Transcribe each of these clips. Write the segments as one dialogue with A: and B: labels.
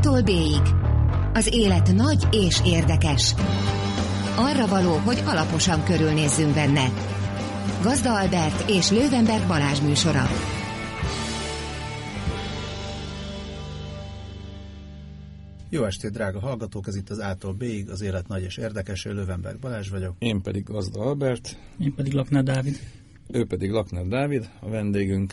A: A-tól B-ig. Az élet nagy és érdekes. Arra való, hogy alaposan körülnézzünk benne. Gazda Albert és Löwenberg Balázs műsora.
B: Jó estét, drága hallgatók! Ez itt az A-tól B-ig, az élet nagy és érdekes. Löwenberg Balázs vagyok.
C: Én pedig Gazda Albert.
D: Én pedig Lakner Dávid.
C: Ő pedig Lakner Dávid, a vendégünk,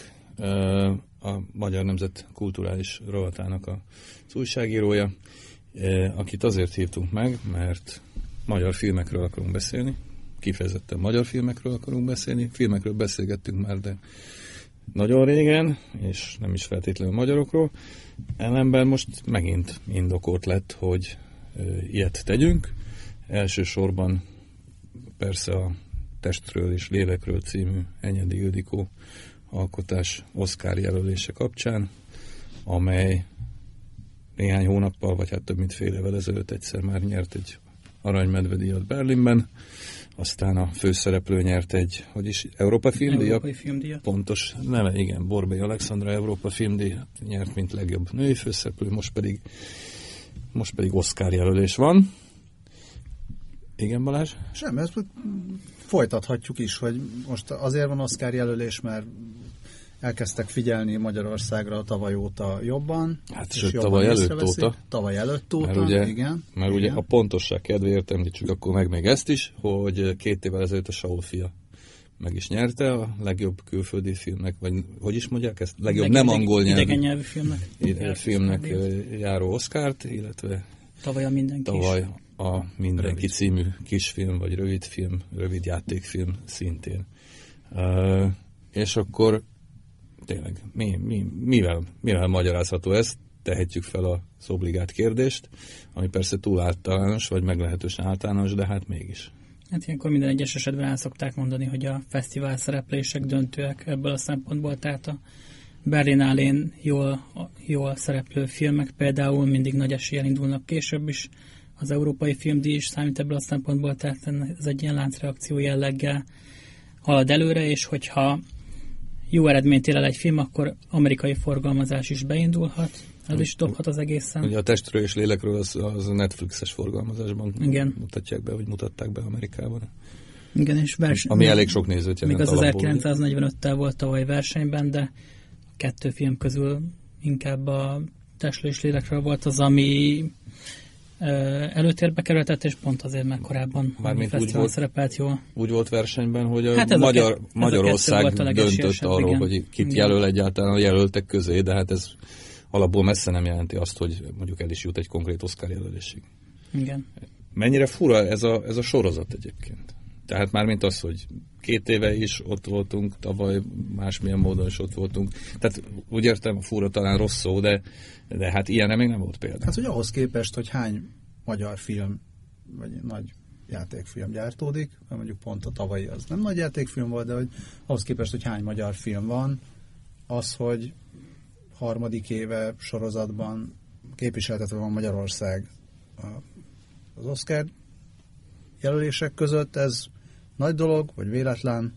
C: a Magyar Nemzet kulturális rovatának az újságírója, akit azért hívtunk meg, mert magyar filmekről akarunk beszélni, kifejezetten magyar filmekről akarunk beszélni. Filmekről beszélgettünk már, de nagyon régen, és nem is feltétlenül magyarokról. Ellenben most megint indokolt lett, hogy ilyet tegyünk. Elsősorban persze a Testről és lélekről című Enyedi Ildikó alkotás Oscar jelölése kapcsán, amely néhány hónappal, vagy hát több mint fél évvel ezelőtt egyszer már nyert egy Aranymedve-díjat Berlinben, aztán a főszereplő nyert egy, Európa filmdíjat? Pontos neve, igen, Borbély Alexandra Európa filmdíjat nyert, mint legjobb női főszereplő, most pedig Oscar jelölés van. Igen, Balázs?
B: Semmi, ezt folytathatjuk is, hogy most azért van Oscar jelölés, mert elkezdtek figyelni Magyarországra tavaly óta jobban.
C: Hát sőt, tavaly előtt óta.
B: Igen.
C: Mert ugye a pontosság kedvéért említsük akkor meg még ezt is, hogy 2 évvel ezelőtt a Saul fia meg is nyerte a legjobb külföldi filmnek, vagy hogy is mondják ezt? Legjobb nem angol nyelvű
D: idegen nyelvű
C: filmnek járó Oscart, illetve
D: tavaly
C: a Mindenki című kisfilm, vagy rövidfilm, rövid játékfilm szintén. És akkor tényleg, mivel magyarázható ez? Tehetjük fel az obligát kérdést, ami persze túl általános, vagy meglehetősen általános, de hát mégis.
D: Hát ilyenkor minden egyes esetben el szokták mondani, hogy a fesztivál szereplések döntőek ebből a szempontból, tehát a Berlinálén jól szereplő filmek például mindig nagy eséllyel indulnak később is. Az Európai Filmdíj is számít ebből a szempontból, tehát ez egy ilyen láncreakció jelleggel halad előre, és hogyha jó eredményt ér el egy film, akkor amerikai forgalmazás is beindulhat, ez is dobhat az egészen.
C: Ugye a Testről és lélekről az a Netflixes forgalmazásban mutatják be, vagy mutatták be Amerikában.
D: Igen, és
C: ami elég sok nézőt jelent.
D: Még az 1945-tel volt tavaly versenyben, de a 2 film közül inkább a Testről és lélekről volt az, ami előtérbe kerültett, és pont azért, mert korábban a fesztivál szerepelt jól.
C: Úgy volt versenyben, hogy Magyarország döntött arról, igen, hogy kit jelöl egyáltalán a jelöltek közé, de hát ez alapból messze nem jelenti azt, hogy mondjuk el is jut egy konkrét Oscar jelölésig.
D: Igen.
C: Mennyire fura ez a sorozat egyébként? Tehát mármint az, hogy 2 éve is ott voltunk, tavaly másmilyen módon is ott voltunk. Tehát úgy értem, fura talán rossz szó, de hát ilyenre még nem volt példa.
B: Hát, hogy ahhoz képest, hogy hány magyar film, vagy nagy játékfilm gyártódik, mert mondjuk pont a tavalyi az nem nagy játékfilm volt, de hogy ahhoz képest, hogy hány magyar film van, az, hogy 3. éve sorozatban képviseltetve van Magyarország az Oscar jelölések között, ez nagy dolog, vagy véletlen?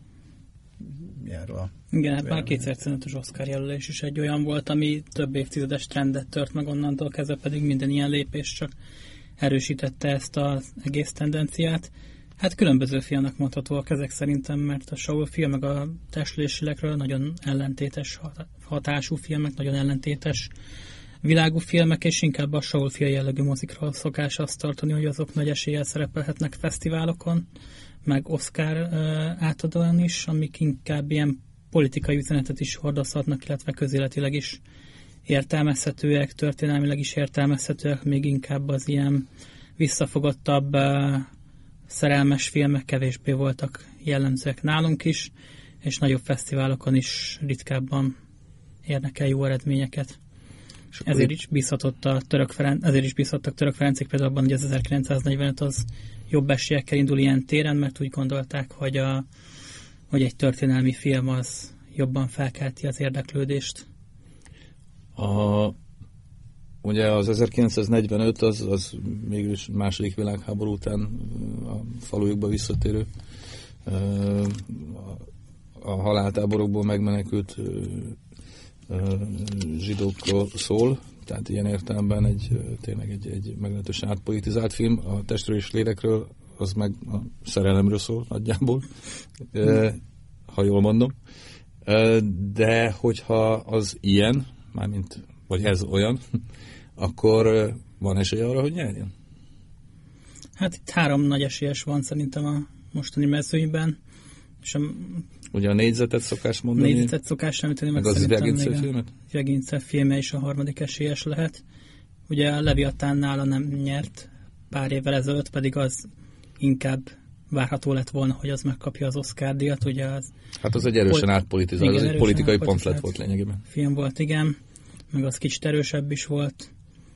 D: Igen, hát már 2x15-ös Oscar jelölés is egy olyan volt, ami több évtizedes trendet tört meg, onnantól kezdve pedig minden ilyen lépés csak erősítette ezt az egész tendenciát. Hát különböző filmnek mondhatóak ezek szerintem, mert a Saul film meg a Testről és lélekről nagyon ellentétes hatású filmek, nagyon ellentétes világú filmek, és inkább a Saul film jellegű mozikról szokás azt tartani, hogy azok nagy eséllyel szerepelhetnek fesztiválokon, meg Oscar átadóan is, amik inkább ilyen politikai üzenetet is hordozhatnak, illetve közéletileg is értelmezhetőek, történelmileg is értelmezhetőek, még inkább az ilyen visszafogottabb szerelmes filmek kevésbé voltak jellemzőek nálunk is, és nagyobb fesztiválokon is ritkábban érnek el jó eredményeket. Ezért is bízhattak Török Ferencék például abban, hogy az 1945 az jobb esélyekkel indul ilyen téren, mert úgy gondolták, hogy egy történelmi film az jobban felkelti az érdeklődést.
C: Ugye az 1945 az mégis második világháború után a falujukba visszatérő a haláltáborokból megmenekült zsidókról szól, tehát ilyen értelemben tényleg egy meglehetősen átpolitizált film. A Testről és lélekről az meg a szerelemről szól nagyjából, ha jól mondom. De hogyha az ilyen, mármint, vagy ez olyan, akkor van esély arra, hogy nyerjen?
D: Hát itt 3 nagy esélyes van szerintem a mostani mezőnyben. És
C: ugye a négyzetet szokás mondani?
D: Négyzetet szokás említeni, meg
C: az
D: szerintem még a Jegincev filmje is a harmadik esélyes lehet. Ugye a Leviatán nála nem nyert pár évvel ezelőtt, pedig az inkább várható lett volna, hogy az megkapja az Oscar-díjat. Ugye
C: hát az egy erősen átpolitizált, az egy politikai pamflet volt lényegében.
D: Film volt, igen. Meg az kicsit erősebb is volt.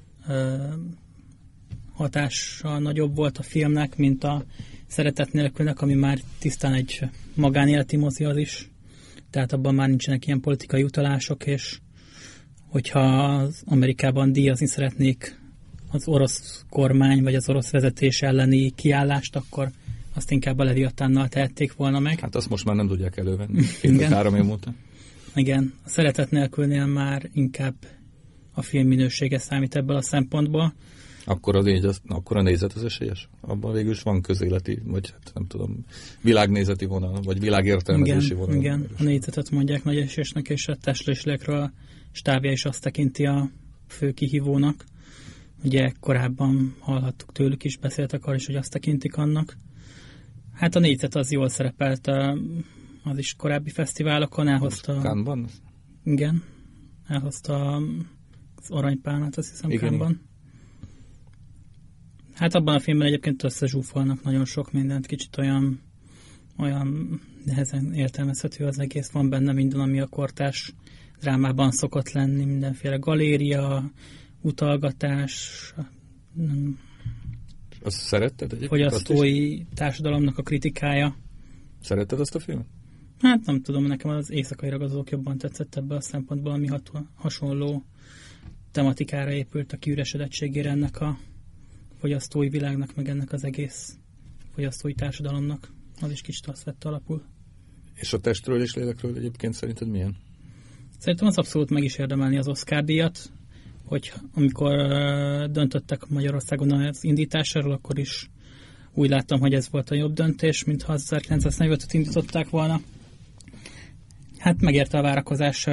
D: Hatása nagyobb volt a filmnek, mint a Szeretet nélkülnek, ami már tisztán egy magánéleti mozi az is. Tehát abban már nincsenek ilyen politikai utalások, és hogyha az Amerikában díjazni szeretnék az orosz kormány, vagy az orosz vezetés elleni kiállást, akkor azt inkább a Leviatánnal tehették volna meg.
C: Hát azt most már nem tudják elővenni. 2-3 év múlta.
D: Igen, a Szeretet nélkülnél már inkább a film minősége számít ebből a szempontból.
C: Akkor a nézet az esélyes? Abban végül is van közéleti, vagy hát nem tudom, világnézeti vonal, vagy világértelmezési vonal.
D: Igen, a nézetet mondják nagy esélyesnek, és a Testről és lélekről a stábja is azt tekinti a fő kihívónak. Ugye korábban hallhattuk tőlük is, beszéltek arra is, hogy azt tekintik annak. Hát a négyzet az jól szerepelt az is korábbi fesztiválokon, elhozta...
C: Cannes-ban?
D: Igen, elhozta az Aranypálmát, azt hiszem, Cannes-ban. Hát abban a filmben egyébként összezsúfolnak nagyon sok mindent, kicsit olyan nehezen értelmezhető az egész. Van benne minden, ami a kortárs drámában szokott lenni, mindenféle galéria, utalgatás.
C: Azt szeretted egyébként?
D: Fogyasztói társadalomnak a kritikája.
C: Szeretted azt a filmet?
D: Hát nem tudom, nekem az éjszakai ragadozók jobban tetszett ebből a szempontból, ami hasonló tematikára épült a kiüresedettségére ennek a fogyasztói világnak, meg ennek az egész fogyasztói társadalomnak. Az is kicsit azt vette alapul.
C: És a Testről és lélekről egyébként szerinted milyen?
D: Szerintem az abszolút meg is érdemelni az Oscar-díjat, hogy amikor döntöttek Magyarországon az indításáról, akkor is úgy láttam, hogy ez volt a jobb döntés, mintha 1945-öt indították volna. Hát megérte a várakozás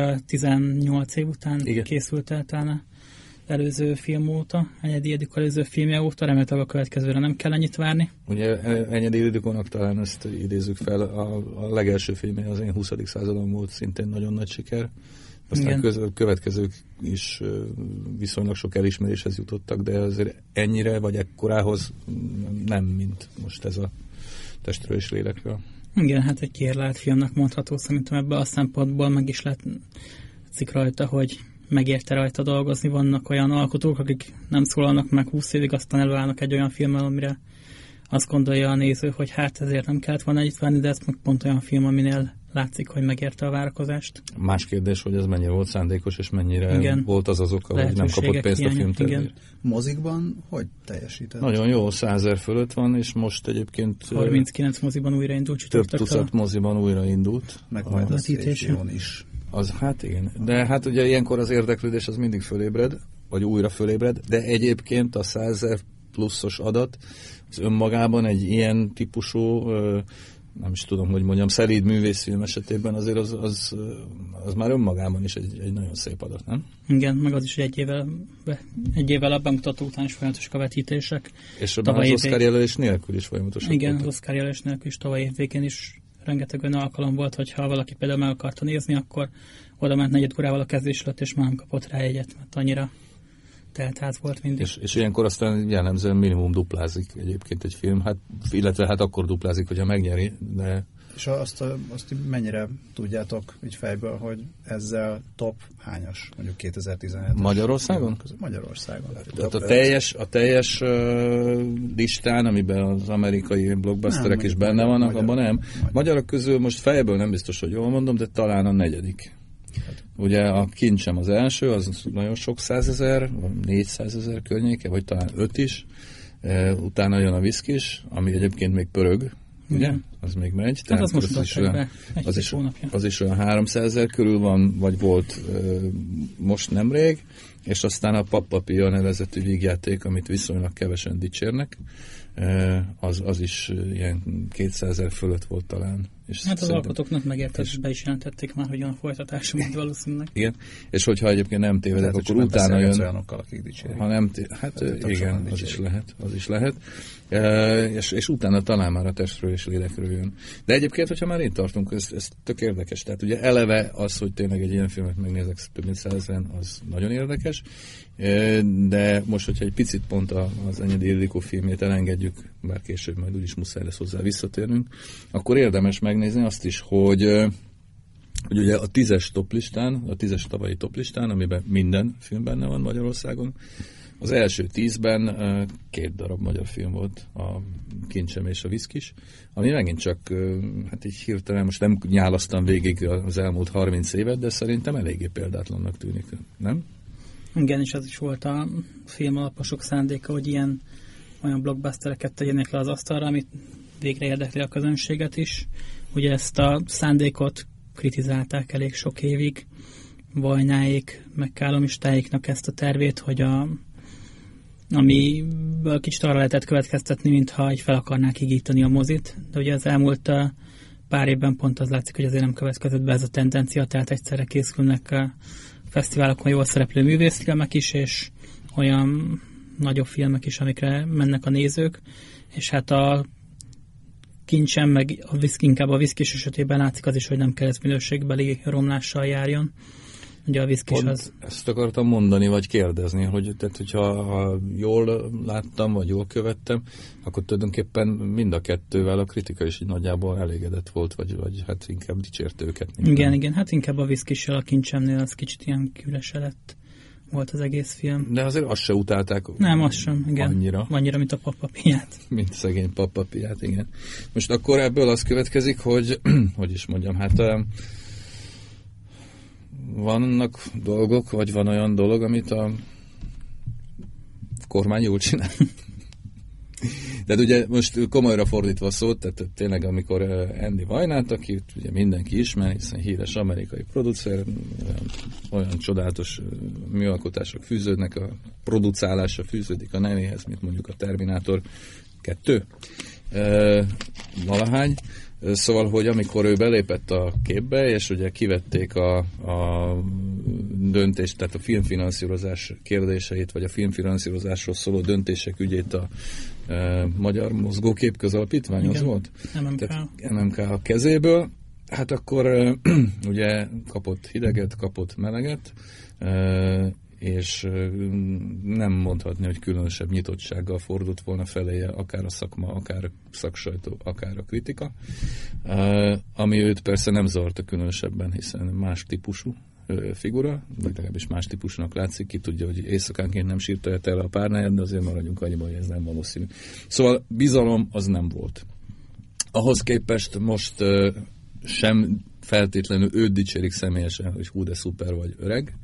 D: 18 év után. Igen. Készült el talán előző film óta, Enyedi Ildikó előző filmje óta, remélhetőleg a következőre nem kell ennyit várni.
C: Ugye Enyedi Ildikónak talán ezt idézzük fel, a legelső filmje az Én 20. századon volt szintén nagyon nagy siker. Aztán következők is viszonylag sok elismeréshez jutottak, de azért ennyire, vagy ekkorához nem, mint most ez a Testről és lélekről.
D: Igen, hát egy kiérlelt filmnek mondható, szerintem ebből a szempontból meg is látszik rajta, hogy megérte rajta dolgozni. Vannak olyan alkotók, akik nem szólalnak meg 20 évig, aztán előállnak egy olyan filmmel, amire azt gondolja a néző, hogy hát ezért nem kellett volna együtt várni, de ez meg pont olyan film, aminél látszik, hogy megérte a várakozást.
C: Más kérdés, hogy ez mennyire volt szándékos, és mennyire igen. volt az oka, hogy nem kapott pénzt a filmtervért.
B: Mozikban hogy teljesített?
C: Nagyon jó, 100 000 fölött van, és most egyébként
D: 39 moziban újraindult.
C: Több tucat moziban újraindult.
B: Meg majd a HBO-n is.
C: Az, hát igen. De hát ugye ilyenkor az érdeklődés az mindig fölébred, vagy újra fölébred, de egyébként a 100 000 pluszos adat az önmagában egy ilyen típusú, nem is tudom, hogy mondjam, szelíd művészfilm esetében azért az már önmagában is egy nagyon szép adat, nem?
D: Igen, meg az is, hogy egy évvel a bemutató után is folyamatosak a vetítések.
C: És az Oscar jelölés nélkül is folyamatosak.
D: Igen,
C: voltak.
D: az Oscar jelölés nélkül is tavaly év végén is rengeteg olyan alkalom volt, hogyha valaki például meg akarta nézni, akkor oda ment negyed órával a kezdés előtt, és már nem kapott rá jegyet, mert annyira teltház volt mindig.
C: És ilyenkor aztán jellemzően minimum duplázik egyébként egy film, hát, illetve hát akkor duplázik, hogyha megnyeri, de... És
B: azt mennyire tudjátok így fejből, hogy ezzel top hányas, mondjuk 2017-es?
C: Magyarországon?
B: Magyarországon.
C: Tehát a teljes listán, amiben az amerikai blockbusterek nem, is benne vannak, abban nem. Magyarok közül most fejből nem biztos, hogy jól mondom, de talán a 4. Ugye a Kincsem az első, az nagyon sok 100 000, 400 000 környéke, vagy talán 5 is. Utána jön a Viszkis, ami egyébként még pörög, ugye? az még megy.
D: Hát az most
C: az is olyan 300 000 körül van, vagy volt most nemrég, és aztán a Pappa Pia nevezetű vígjáték, amit viszonylag kevesen dicsérnek, az is ilyen 200 000 fölött volt talán. És
D: hát az alkotóknak megérte, és be is jelentették már, hogy olyan folytatása, mint valószínűleg.
C: Igen, és hogyha egyébként nem tévedek,
B: lehet,
C: akkor utána jön...
B: olyanokkal, akik dicsérik.
C: Ha nem igen, az is lehet. És utána talán már a testről és lélekről jön. De egyébként, hogyha már itt tartunk, ez tök érdekes. Tehát ugye eleve az, hogy tényleg egy ilyen filmet megnézek több mint 100 000, az nagyon érdekes. De most, hogyha egy picit pont az Enyedi Ildikó filmjét elengedjük, bár később majd úgyis muszáj lesz hozzá visszatérnünk, akkor érdemes megnézni azt is, hogy ugye a 10-es toplistán, a 10-es tavalyi toplistán, amiben minden film benne van Magyarországon, az első 10-ben 2 darab magyar film volt, a Kincsem és a Viszkis, ami megint csak, hát így hirtelen, most nem nyálasztam végig az elmúlt 30 évet, de szerintem eléggé példátlannak tűnik, nem?
D: Igen, és az is volt a filmalaposok szándéka, hogy olyan blockbustereket tegyenek le az asztalra, amit végre érdekli a közönséget is. Ugye ezt a szándékot kritizálták elég sok évig, Vajnáék, meg Kálomistáéknak ezt a tervét, hogy amiből kicsit arra lehetett következtetni, mintha így fel akarnák higítani a mozit, de ugye az elmúlt pár évben pont az látszik, hogy azért nem következett be ez a tendencia, tehát egyszerre készülnek fesztiválokon jól szereplő művészfilmek is, és olyan nagyobb filmek is, amikre mennek a nézők, és hát a Kincsem, meg inkább a Viszkis esetében látszik az is, hogy nem keresztminőségbeli romlással járjon. Ugye a Viszkis az...
C: Ezt akartam mondani, vagy kérdezni, hogy tehát, hogyha jól láttam, vagy jól követtem, akkor tulajdonképpen mind a kettővel a kritika is így nagyjából elégedett volt, vagy hát inkább dicsérte őket.
D: Igen, hát inkább a Viszkissel, a Kincsemnél az kicsit ilyen külese lett volt az egész film.
C: De azért azt se utálták.
D: Nem, azt sem, igen. Annyira, mint a Pappa Piát.
C: Mint szegény Pappa Piát, igen. Most akkor ebből az következik, hogy hogy is mondjam, hát vannak dolgok, vagy van olyan dolog, amit a kormány jól csinál. Tehát ugye most komolyra fordítva a szót, tehát tényleg amikor Andy Vajnát, akit ugye mindenki ismer, hiszen híres amerikai producer, olyan csodálatos műalkotások fűződnek, a producálása fűződik a nevéhez, mint mondjuk a Terminátor 2, valahány. Szóval, hogy amikor ő belépett a képbe, és ugye kivették a döntést, tehát a filmfinanszírozás kérdéseit, vagy a filmfinanszírozásról szóló döntések ügyét a Magyar Mozgókép Közalapítvány, az volt? MMK a kezéből. Hát akkor ugye kapott hideget, kapott meleget, és nem mondhatni, hogy különösebb nyitottsággal fordult volna feléje akár a szakma, akár a szaksajtó, akár a kritika, ami őt persze nem zavarta különösebben, hiszen más típusú figura, vagy legalábbis más típusnak látszik, ki tudja, hogy éjszakánként nem sírta el a párnáját, de azért maradjunk annyiban, hogy ez nem valószínű. Szóval bizalom az nem volt. Ahhoz képest most sem feltétlenül őt dicsérik személyesen, hogy hú, de szuper vagy öreg,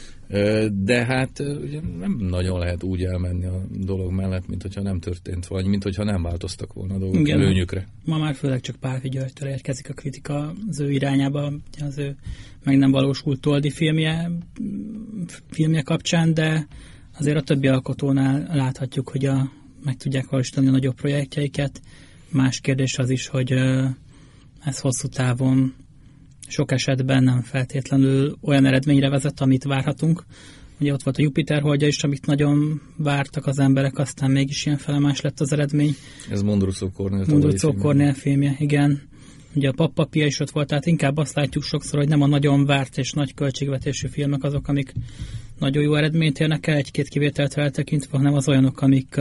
C: de hát ugye nem nagyon lehet úgy elmenni a dolog mellett, mint hogyha nem történt, vagy mint hogyha nem változtak volna a dolgok előnyükre.
D: Ma már főleg csak Pálfi Györgytől érkezik a kritika az ő irányába, az ő meg nem valósult Toldi filmje kapcsán, de azért a többi alkotónál láthatjuk, hogy meg tudják valósítani a nagyobb projektjeiket. Más kérdés az is, hogy ez hosszú távon sok esetben nem feltétlenül olyan eredményre vezet, amit várhatunk. Ugye ott volt a Jupiter holdja is, amit nagyon vártak az emberek, aztán mégis ilyen felemás lett az eredmény.
C: Ez Mondruczó
D: Kornél filmje, igen. Ugye a Pappa Pia is ott volt, tehát inkább azt látjuk sokszor, hogy nem a nagyon várt és nagy költségvetésű filmek azok, amik nagyon jó eredményt érnek el, egy-két kivételt eltekintve, hanem az olyanok, amik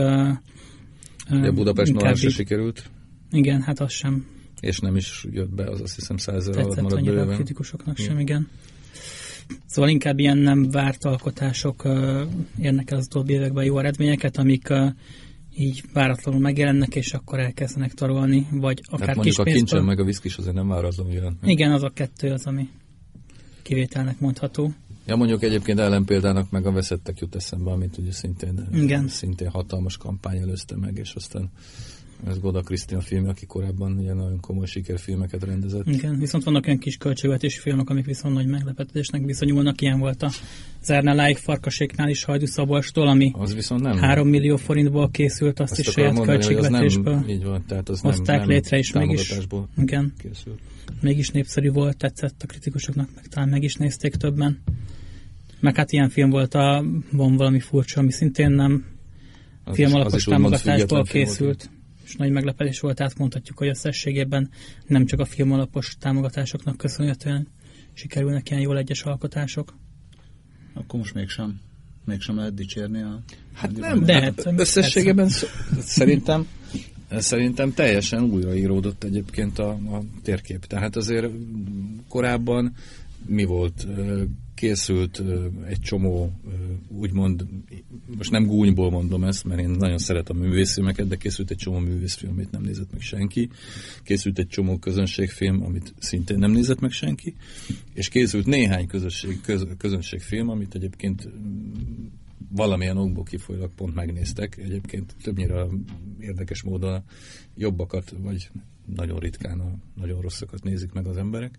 C: a Budapest Noir se sikerült.
D: Igen, hát az sem.
C: És nem is jött be, az azt hiszem 100 000 alatt maradt
D: bőven. A kritikusoknak sem, igen. Szóval inkább ilyen nem várt alkotások érnek el az utóbbi években jó eredményeket, amik így váratlanul megjelennek, és akkor elkezdenek tarolni, vagy akár
C: hát
D: kis
C: mondjuk a Kincsem meg a Viszkis azért nem váratlanul jelent meg.
D: Igen, az a kettő az, ami kivételnek mondható.
C: Ja, mondjuk egyébként ellenpéldának meg a Veszettek jut eszembe, amit ugye szintén hatalmas kampány előzte meg, és aztán Ez Goda Krisztina film, aki korábban ilyen nagyon komoly sikerfilmeket rendezett.
D: Igen, viszont vannak olyan kis költségvetési filmek, amik viszont nagy meglepetésnek bizonyulnak. Ilyen volt a Zárnáláig Farkaséknál is Hajdú Szabolcstól, ami
C: az viszont nem
D: 3 millió forintból készült, azt is saját költségvetésből
C: nem, így van, tehát az
D: hozták létre, és mégis, igen,
C: készült.
D: Mégis népszerű volt, tetszett a kritikusoknak, meg talán meg is nézték többen. Meg hát ilyen film volt Van valami furcsa, ami szintén nem filmalapos támogatásból készült, és nagy meglepetés volt, tehát mondhatjuk, hogy összességében nem csak a filmalapos támogatásoknak köszönhetően sikerülnek ilyen jól egyes alkotások.
B: Akkor most mégsem lehet dicsérni a...
C: Hát nem, de összességében szerintem teljesen újraíródott egyébként a térkép. Tehát azért korábban mi volt? Készült egy csomó, úgymond, most nem gúnyból mondom ezt, mert én nagyon szeretem a művészfilmeket, de készült egy csomó művészfilm, amit nem nézett meg senki. Készült egy csomó közönségfilm, amit szintén nem nézett meg senki. És készült néhány közönségfilm, amit egyébként valamilyen okból kifolyólag pont megnéztek. Egyébként többnyire érdekes módon a jobbakat, vagy nagyon ritkán a nagyon rosszakat nézik meg az emberek.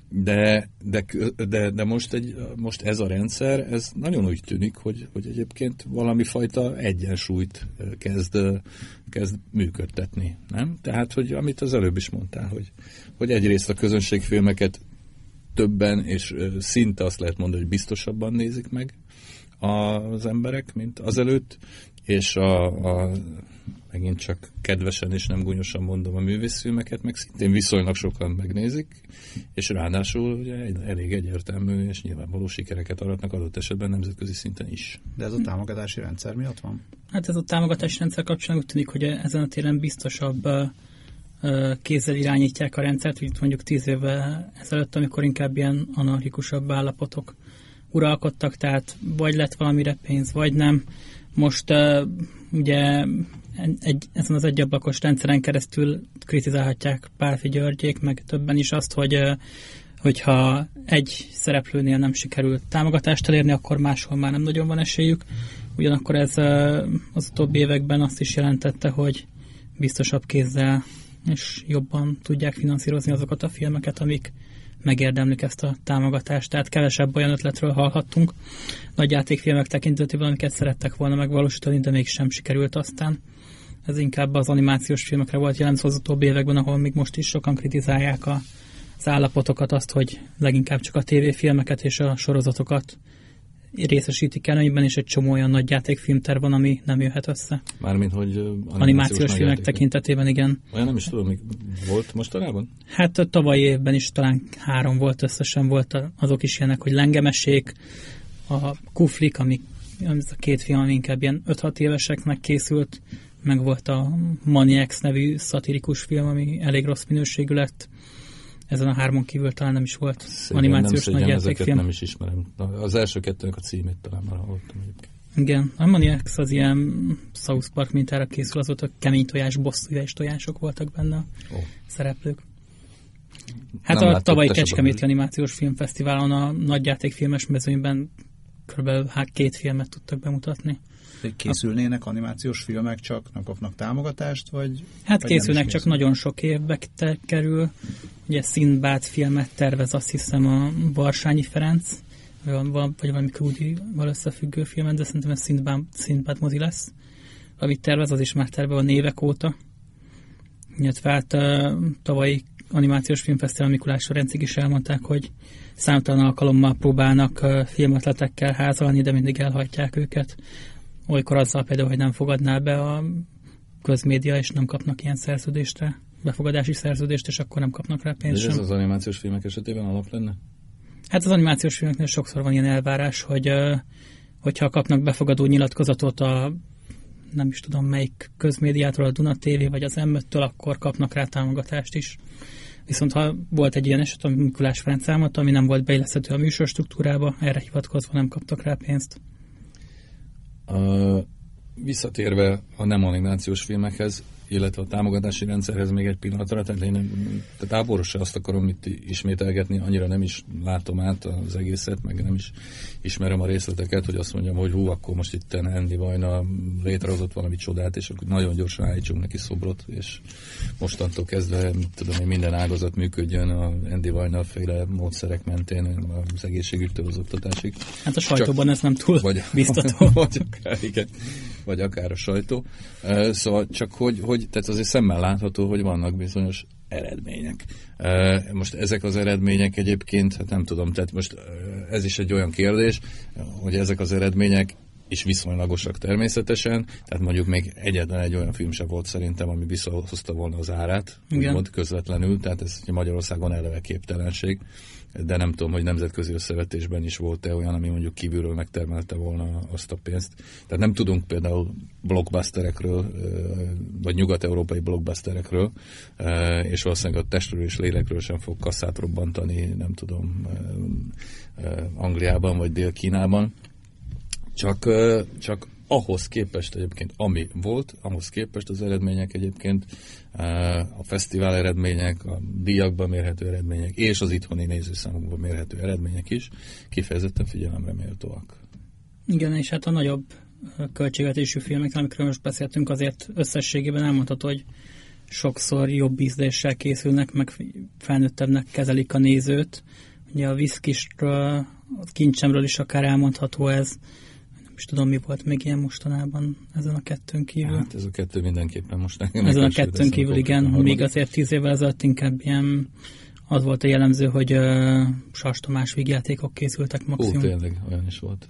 C: De most ez a rendszer, ez nagyon úgy tűnik, hogy egyébként valami fajta egyensúlyt kezd működtetni, nem? Tehát, hogy amit az előbb is mondtál, hogy egyrészt a közönségfilmeket többen, és szinte azt lehet mondani, hogy biztosabban nézik meg az emberek, mint azelőtt, és megint csak kedvesen és nem gúnyosan mondom, a művészfilmeket meg szintén viszonylag sokan megnézik, és ráadásul ugye elég egyértelmű és nyilvánvaló sikereket aratnak adott esetben nemzetközi szinten is.
B: De ez a támogatási rendszer miatt van?
D: Hát ez a támogatási rendszer kapcsán úgy tűnik, hogy ezen a téren biztosabb kézzel irányítják a rendszert, mint mondjuk 10 évvel ezelőtt, amikor inkább ilyen anarchikusabb állapotok uralkodtak, tehát vagy lett valamire pénz, vagy nem. Most ugye ezen az egyablakos rendszeren keresztül kritizálhatják Pálffy Györgyék, meg többen is azt, hogyha egy szereplőnél nem sikerült támogatást elérni, akkor máshol már nem nagyon van esélyük. Ugyanakkor ez az utóbbi években azt is jelentette, hogy biztosabb kézzel és jobban tudják finanszírozni azokat a filmeket, amik megérdemlik ezt a támogatást. Tehát kevesebb olyan ötletről hallhattunk nagy játékfilmek tekintetében, amiket szerettek volna megvalósítani, de mégsem sikerült aztán. Ez inkább az animációs filmekre volt jelentve az utóbbi években, ahol még most is sokan kritizálják az állapotokat, azt, hogy leginkább csak a tévéfilmeket és a sorozatokat részesítik előnyben, és egy csomó olyan nagy játékfilmterv van, ami nem jöhet össze.
C: Mármint, hogy
D: animációs filmek tekintetében, igen.
C: Olyan nem is tudom, még volt mostanában?
D: Hát a tavalyi évben is talán 3 volt összesen, volt azok is ilyenek, hogy Lengemesék, a Kuflik, ami ez a 2 film, ami inkább ilyen 5-6 éveseknek készült, meg volt a Maniacs nevű szatirikus film, ami elég rossz minőségű lett. Ezen a 3 kívül talán nem is volt animációs nagy játékfilm.
C: Nem is ismerem. Az első 2-nek a címét talán már hallottam egyébként.
D: Igen, a Maniacs az ilyen South Park mintára készül, azóta kemény tojás, bosszújás tojások voltak benne szereplők. Hát nem a tavalyi Kecskeméti Animációs Filmfesztiválon a nagyjátékfilmes mezőnyben kb. 2 filmet tudtak bemutatni.
B: Készülnének animációs filmek, csak nem kapnak támogatást, vagy...
D: Hát készülnek, csak nagyon sok évbe kerül. Ugye Szindbád filmet tervez, azt hiszem, a Barsányi Ferenc, vagy valami Krúdival összefüggő filmet, de szerintem ez Szindbád mozi lesz. Amit tervez, az is már terve a évek óta. Illetve hát tavalyi animációs filmfesztivál Mikulás Ferencig is elmondták, hogy számtalan alkalommal próbálnak filmötletekkel házalni, de mindig elhagyják őket. Olykor azzal például, hogy nem fogadná be a közmédia, és nem kapnak ilyen szerződésre, befogadási szerződést, és akkor nem kapnak rá pénzt sem.
C: Ez az animációs filmek esetében alap lenne?
D: Hát az animációs filmeknél sokszor van ilyen elvárás, hogyha kapnak befogadó nyilatkozatot a nem is tudom melyik közmédiától, a Duna TV vagy az M5-től, akkor kapnak rá támogatást is. Viszont ha volt egy ilyen eset, ami Mikulás Ferenc elmondta, ami nem volt beilleszthető a műsor struktúrába, erre hivatkozva nem kaptak rá pénzt.
C: Visszatérve a nem animációs filmekhez, illetve a támogatási rendszerhez még egy pillanatra, tehát távolról se azt akarom itt ismételgetni, annyira nem is látom át az egészet, meg nem is ismerem a részleteket, hogy azt mondjam, hogy akkor most itt Andy Vajna létrehozott valami csodát, és akkor nagyon gyorsan állítsunk neki szobrot, és mostantól kezdve, tudom, hogy minden ágazat működjön a Andy Vajna féle módszerek mentén az egészségügytől az oktatásig.
D: Hát a sajtóban ez nem túl biztató.
C: Vagy akár a sajtó. Szóval csak hogy tehát azért szemmel látható, hogy vannak bizonyos eredmények. Most ezek az eredmények egyébként, hát nem tudom, tehát most ez is egy olyan kérdés, hogy ezek az eredmények is viszonylagosak természetesen, tehát mondjuk még egyetlen egy olyan film sem volt szerintem, ami visszahozta volna az árát, úgymond közvetlenül, tehát ez Magyarországon eleve képtelenség, de nem tudom, hogy nemzetközi összevetésben is volt-e olyan, ami mondjuk kívülről megtermelte volna azt a pénzt. Tehát nem tudunk például blockbusterekről, vagy nyugat-európai blockbusterekről, és valószínűleg a testről és lélekről sem fog kasszát robbantani, nem tudom, Angliában vagy Dél-Kínában. Csak ahhoz képest egyébként, ami volt, ahhoz képest az eredmények egyébként, a fesztivál eredmények, a díjakban mérhető eredmények, és az itthoni nézőszámokban mérhető eredmények is kifejezetten figyelemre méltóak.
D: Igen, és hát a nagyobb költségvetésű filmek, amikről most beszéltünk, azért összességében elmondható, hogy sokszor jobb ízléssel készülnek, meg felnőttebbnek kezelik a nézőt. Ugye a Viszkisről, a Kincsemről is akár elmondható ez. És tudom, mi volt még ilyen mostanában ezen a kettőn kívül.
C: Hát ez a kettő mindenképpen most.
D: Ezen a kettőn kívül, igen. Még azért 10 évvel ezelőtt inkább ilyen az volt a jellemző, hogy Sas Tamás vígjátékok készültek maximum.
C: Tényleg, olyan is volt.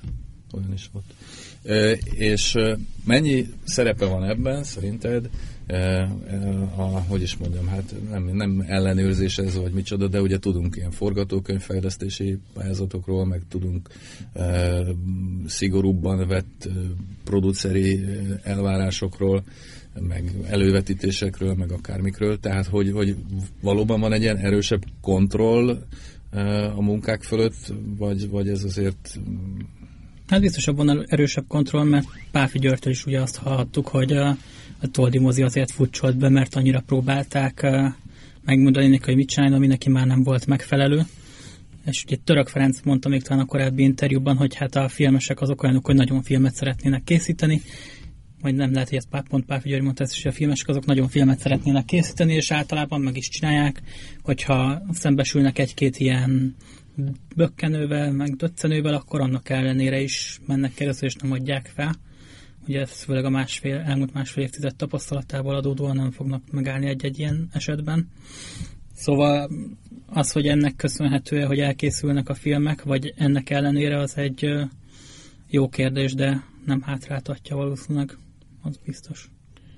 C: És mennyi szerepe van ebben, szerinted? Hogy is mondjam, hát nem ellenőrzés ez, vagy micsoda, de ugye tudunk ilyen forgatókönyvfejlesztési pályázatokról, meg tudunk szigorúbban vett produceri elvárásokról, meg elővetítésekről, meg akármikről, tehát hogy valóban van egy ilyen erősebb kontroll a munkák fölött, vagy ez azért...
D: Hát biztosabb van erősebb kontroll, mert Pálffy Györgytől is ugye azt hallhattuk, hogy a Toldi mozi azért futcsolt be, mert annyira próbálták megmondani neki, hogy mit csinálni, ami neki már nem volt megfelelő. És ugye Török Ferenc mondta még talán a korábbi interjúban, hogy hát a filmesek azok olyanok, hogy nagyon filmet szeretnének készíteni, vagy nem lehet, hogy ezt pont Pálffy György mondta, hogy a filmesek azok nagyon filmet szeretnének készíteni, és általában meg is csinálják, hogyha szembesülnek egy-két ilyen bökkenővel, meg döccenővel, akkor annak ellenére is mennek keresztül, és nem adják fel. Ugye ez főleg a elmúlt másfél évtized tapasztalatából adódóan nem fognak megállni egy-egy ilyen esetben. Szóval az, hogy ennek köszönhető, hogy elkészülnek a filmek, vagy ennek ellenére, az egy jó kérdés, de nem hátráltatja valószínűleg, az biztos.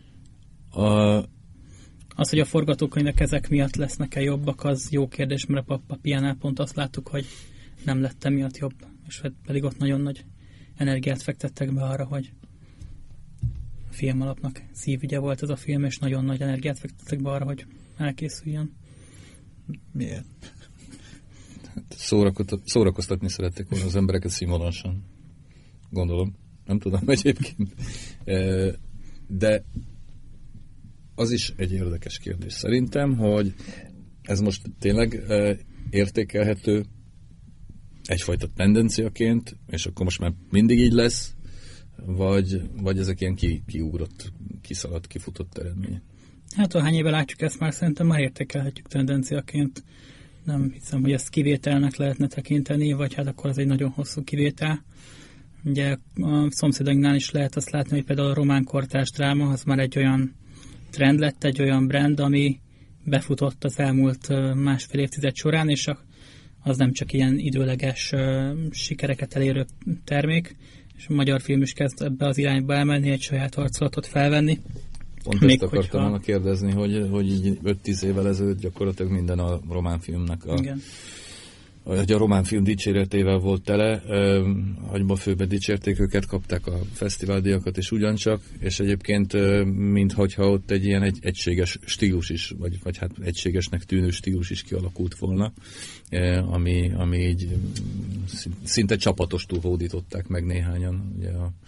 D: Az, hogy a forgatókönyvek ezek miatt lesznek-e jobbak, az jó kérdés, mert a Papiánál pont azt láttuk, hogy nem lett emiatt jobb, és pedig ott nagyon nagy energiát fektettek be arra, hogy a Filmalapnak szívügye volt ez a film, és nagyon nagy energiát fektettek be arra, hogy elkészüljön.
C: Miért? Hát szórakoztatni szerették volna az embereket színvonalasan. Gondolom. Nem tudom egyébként. De az is egy érdekes kérdés szerintem, hogy ez most tényleg értékelhető egyfajta tendenciaként, és akkor most már mindig így lesz, vagy ezek ilyen kiugrott, kiszaladt, kifutott eredmények?
D: Hát ahány éve látjuk ezt, már szerintem már értékelhetjük tendenciaként. Nem hiszem, hogy ezt kivételnek lehetne tekinteni, vagy hát akkor az egy nagyon hosszú kivétel. Ugye a szomszédainknál is lehet azt látni, hogy például a román kortárs dráma, az már egy olyan trend lett, egy olyan brand, ami befutott az elmúlt másfél évtized során, és az nem csak ilyen időleges sikereket elérő termék, és a magyar film is kezd ebbe az irányba elmenni, egy saját arculatot felvenni.
C: Pont ezt akartam volna kérdezni, hogy így 5-10 évvel ezelőtt gyakorlatilag minden a román filmnek hogy a román film dicséretével volt tele, agyba főbe dicsérték őket, kapták a fesztiváldíjakat is ugyancsak, és egyébként minthogyha ott egy ilyen egységes stílus is, vagy hát egységesnek tűnő stílus is kialakult volna, ami így szinte csapatostul hódították meg néhányan ugye a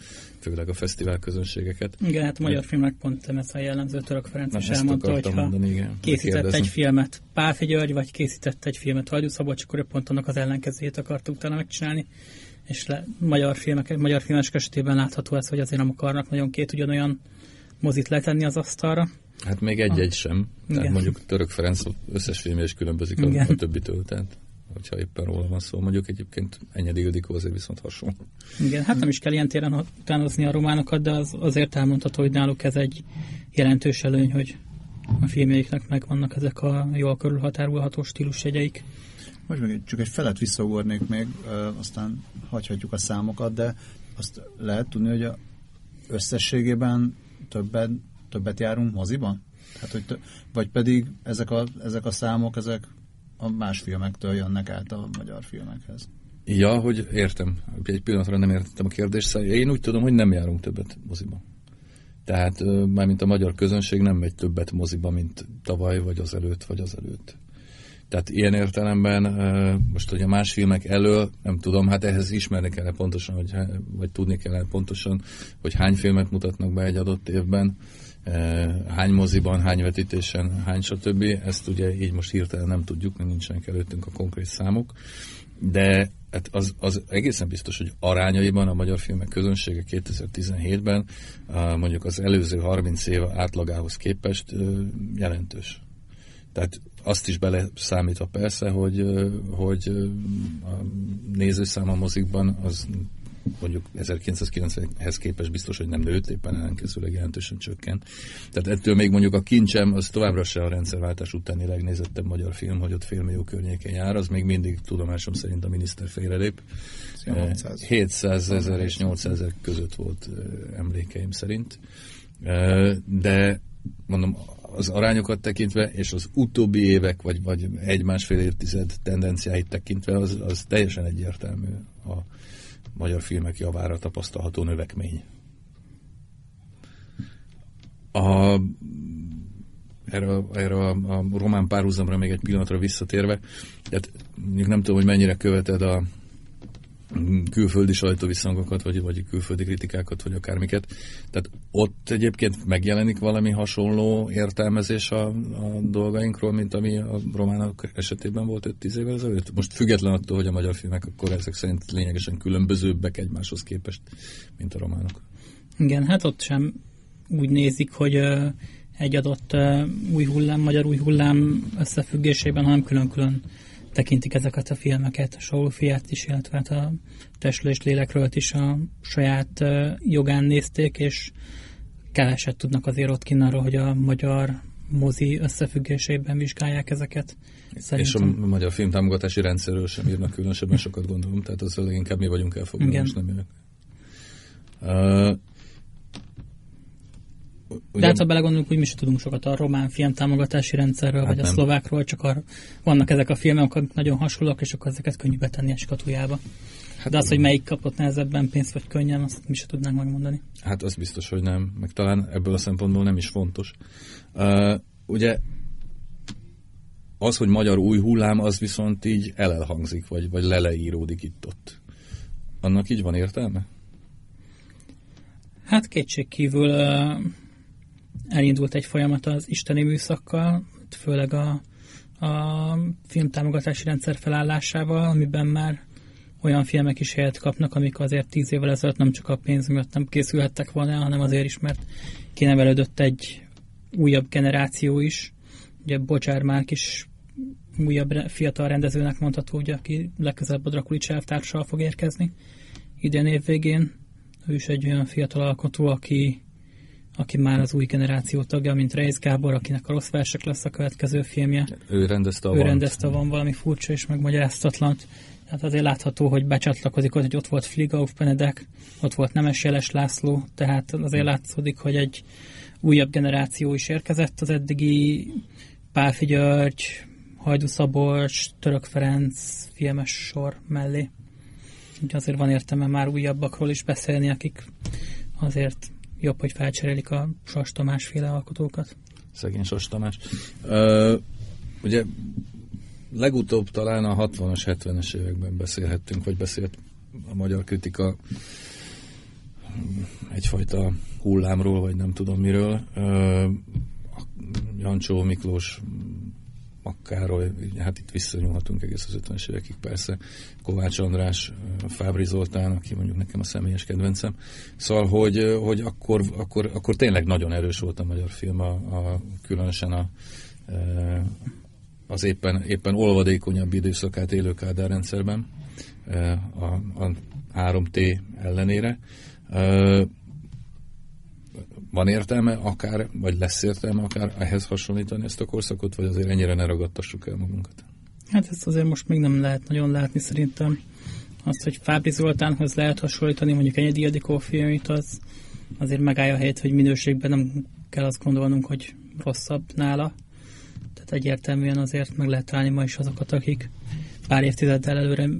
C: főleg a fesztivál közönségeket.
D: Igen, hát a magyar filmnek pont ez a jellemző. Török Ferenc is
C: ezt
D: elmondta, hogy ha készített egy filmet Pálffy György, vagy készített egy filmet Hajdú Szabolcs, akkor ő pont annak az ellenkezőjét akarta utána megcsinálni. És magyar filmes esetében látható ez, hogy azért nem akarnak nagyon két ugyanolyan mozit letenni az asztalra.
C: Hát még egy-egy sem. Tehát mondjuk Török Ferenc összes filmje is különbözik a többitől. Tehát hogyha éppen róla van szó, mondjuk egyébként Enyedi Ildikó azért viszont hasonló.
D: Igen, hát nem is kell ilyen téren utánozni a románokat, de azért elmondható, hogy náluk ez egy jelentős előny, hogy a filmjeiknek megvannak ezek a jól körülhatárolható stílusjegyeik.
B: Most meg csak egy felet visszaugornék még, aztán hagyhatjuk a számokat, de azt lehet tudni, hogy összességében többet járunk moziban? Tehát, hogy vagy pedig ezek a számok, ezek a más filmektől jönnek át a magyar filmekhez.
C: Ja, hogy értem. Egy pillanatra nem értettem a kérdést. Én úgy tudom, hogy nem járunk többet moziba. Tehát mármint a magyar közönség nem megy többet moziba, mint tavaly, vagy az előtt. Tehát ilyen értelemben most, hogy a más filmek elől, nem tudom, hát ehhez ismerni kell pontosan, vagy tudni kell pontosan, hogy hány filmet mutatnak be egy adott évben, hány moziban, hány vetítésen, hány stb. Ezt ugye így most hirtelen nem tudjuk, mert nincsenek előttünk a konkrét számok, de hát az egészen biztos, hogy arányaiban a magyar filmek közönsége 2017-ben mondjuk az előző 30 év átlagához képest jelentős. Tehát azt is beleszámítva persze, hogy a nézőszám a mozikban az mondjuk 1990-hez képest biztos, hogy nem nőtt, éppen ellenkezőleg jelentősen csökkent. Tehát ettől még mondjuk a Kincsem, az továbbra se a rendszerváltás utáni legnézettebb magyar film, hogy ott 500 000 környékén jár, az még mindig tudomásom szerint a miniszter félrelép. 700 000 és 800 000 között volt emlékeim szerint. De mondom, az arányokat tekintve, és az utóbbi évek, vagy egy-másfél évtized tendenciáit tekintve, az teljesen egyértelmű a magyar filmek javára tapasztalható növekmény. Erre a román párhuzamra még egy pillanatra visszatérve, tehát nem tudom, hogy mennyire követed a külföldi sajtóvisszhangokat, vagy külföldi kritikákat, vagy akármiket. Tehát ott egyébként megjelenik valami hasonló értelmezés a dolgainkról, mint ami a románok esetében volt 5-10 évvel ezelőtt? Most független attól, hogy a magyar filmek akkor ezek szerint lényegesen különbözőbbek egymáshoz képest, mint a románok.
D: Igen, hát ott sem úgy nézik, hogy egy adott magyar új hullám összefüggésében, hanem külön-külön tekintik ezeket a filmeket, a Saul fiát is, illetve a Testről és lélekről is a saját jogán nézték, és keveset tudnak azért ott kinn arról, hogy a magyar mozi összefüggésében vizsgálják ezeket. Szerintem.
C: És a magyar filmtámogatási rendszerről sem írnak különösebben sokat, gondolom, tehát az leginkább mi vagyunk elfoglalva, és nem jönnek.
D: De hát ha belegondolunk, hogy mi sem tudunk sokat a román filmtámogatási rendszerről, hát vagy a szlovákról, csak vannak ezek a filmek, amik nagyon hasonlók, és akkor ezeket könnyű betenni a skatujába. Hát de az, hogy melyik kapott nehezebben pénzt, vagy könnyen, azt mi sem tudnánk megmondani.
C: Hát az biztos, hogy nem. Meg talán ebből a szempontból nem is fontos. Ugye az, hogy magyar új hullám, az viszont így elhangzik, vagy leleíródik itt-ott. Annak így van értelme?
D: Hát kétségkívül elindult egy folyamat az isteni műszakkal, főleg a filmtámogatási rendszer felállásával, amiben már olyan filmek is helyet kapnak, amik azért 10 évvel ezelőtt nem csak a pénz miatt nem készülhettek volna, hanem azért is, mert kinevelődött egy újabb generáció is. Ugye Bocsár Márk is újabb fiatal rendezőnek mondható, ugye, aki legközelebb a Drakulics elvtárssal fog érkezni idén évvégén. Ő is egy olyan fiatal alkotó, aki már az új generáció tagja, mint Reisz Gábor, akinek a Rossz versek lesz a következő filmje.
C: Ő rendezte
D: Van valami furcsa és megmagyaráztatlant. Tehát azért látható, hogy becsatlakozik, hogy ott volt Fligauf Benedek, ott volt Nemes Jeles László, tehát azért látszódik, hogy egy újabb generáció is érkezett az eddigi Pálffy György, Hajdú Szabolcs, Török Ferenc filmes sor mellé. Úgyhogy azért van értelme már újabbakról is beszélni, akik azért jobb, hogy felcserélik a Sas Tamás féle alkotókat.
C: Szegény Sas Tamás. Ugye legutóbb talán a 60-as, 70-es években beszélhettünk, vagy beszélt a magyar kritika egyfajta hullámról, vagy nem tudom miről. Jancsó, Miklós, Makkároly, hát itt visszanyúlhatunk egész az 50-es évekig persze, Kovács András, Fábry Zoltán, aki mondjuk nekem a személyes kedvencem. Szóval, hogy akkor tényleg nagyon erős volt a magyar film, különösen az éppen olvadékonyabb időszakát élő Kádár rendszerben, a 3T ellenére. Van értelme akár, vagy lesz értelme akár ehhez hasonlítani ezt a korszakot, vagy azért ennyire ne ragadtassuk el magunkat?
D: Hát ezt azért most még nem lehet nagyon látni szerintem. Azt, hogy Fábry Zoltánhoz lehet hasonlítani, mondjuk Enyedi Ildikó filmét, az azért megállja a helyet, hogy minőségben nem kell azt gondolnunk, hogy rosszabb nála. Tehát egyértelműen azért meg lehet találni ma is azokat, akik pár évtizeddel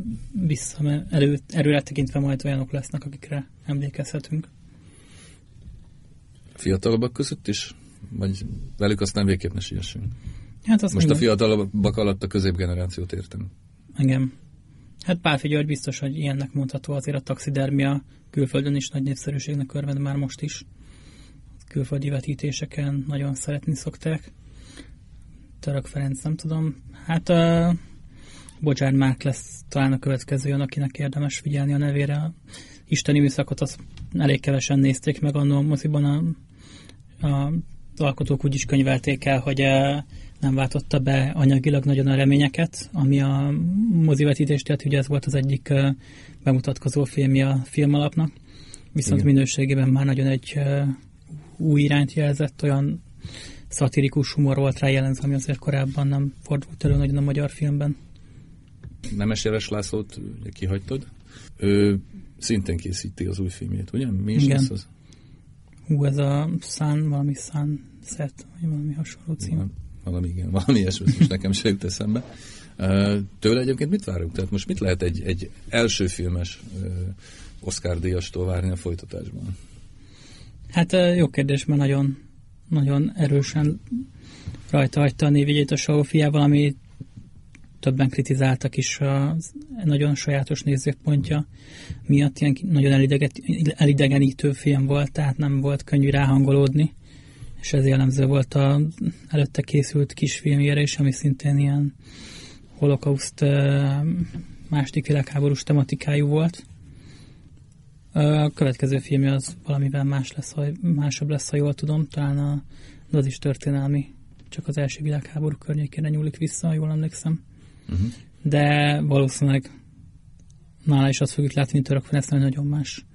D: előre tekintve majd olyanok lesznek, akikre emlékezhetünk.
C: Fiatalabbak között is? Vagy velük aztán végképp ne siessünk?
D: Hát most
C: igen. A fiatalabbak alatt a középgenerációt értem.
D: Igen. Hát Pálffy György biztos, hogy ilyennek mondható, azért a taxidermia külföldön is nagy népszerűségnek örvend már most is. Külföldi vetítéseken nagyon szeretni szokták. Török Ferenc, nem tudom. Hát Bodzsár Márk lesz talán a következő olyan, akinek érdemes figyelni a nevére. A isteni műszakot azt elég kevesen nézték meg annól a moziban. Az alkotók úgy is könyvelték el, hogy nem váltotta be anyagilag nagyon a reményeket, ami a mozivetítést, tehát ugye ez volt az egyik bemutatkozó filmje a Filmalapnak. Viszont igen, minőségében már nagyon egy új irányt jelzett, olyan szatirikus humor volt rá jellemző, ami azért korábban nem fordult elő nagyon a magyar filmben.
C: Nemes Jeles Lászlót kihagytad? Ő szintén készíti az új filmjét, ugye? Mi is lesz az?
D: Ez a Sunset, vagy valami hasonló cím.
C: Valami ilyesmi, most nekem se jut eszembe. Tőle egyébként mit várunk? Tehát most mit lehet egy első filmes Oscar-díjastól várni a folytatásban? Hát
D: jó kérdés, mert nagyon, nagyon erősen rajta hagyta a névjegyét a Sófiával, ami többen kritizáltak is a nagyon sajátos nézőpontja miatt. Ilyen nagyon elidegenítő film volt, tehát nem volt könnyű ráhangolódni, és ez jellemző volt az előtte készült kisfilmjére is, ami szintén ilyen holokauszt második világháborús tematikájú volt. A következő filmje az valamivel másabb lesz, ha jól tudom, talán az is történelmi, csak az első világháború környékére nyúlik vissza, ha jól emlékszem. Uh-huh. De valószínűleg nála is azt fogjuk látni, mint Török Ferencnek, nagyon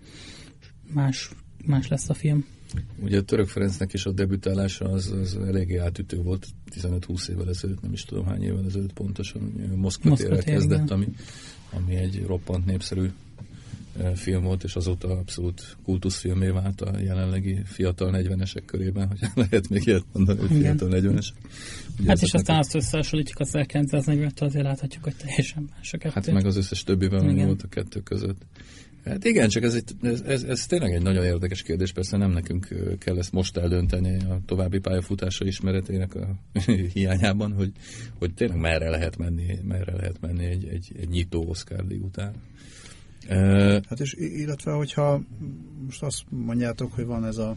D: más lesz a film.
C: Ugye a Török Ferencnek is a debütálása az eléggé átütő volt 15-20 évvel ezelőtt, nem is tudom hány évvel ezelőtt pontosan, Moszkva térrel kezdett, ami egy roppant népszerű film volt, és azóta abszolút kultuszfilmé vált a jelenlegi fiatal 40-esek körében, hogy lehet még ilyet mondani, hogy fiatal 40-esek.
D: Hát és aztán azt összehasonlítjuk az 1940-től, azért láthatjuk, hogy teljesen más a kettő.
C: Hát meg az összes többivel mi volt a kettő között. Hát igen, csak ez tényleg egy nagyon érdekes kérdés, persze nem nekünk kell ezt most eldönteni a további pályafutása ismeretének a hiányában, hogy tényleg merre lehet menni egy nyitó Oscar-díj után.
B: Hát és illetve, hogyha most azt mondjátok, hogy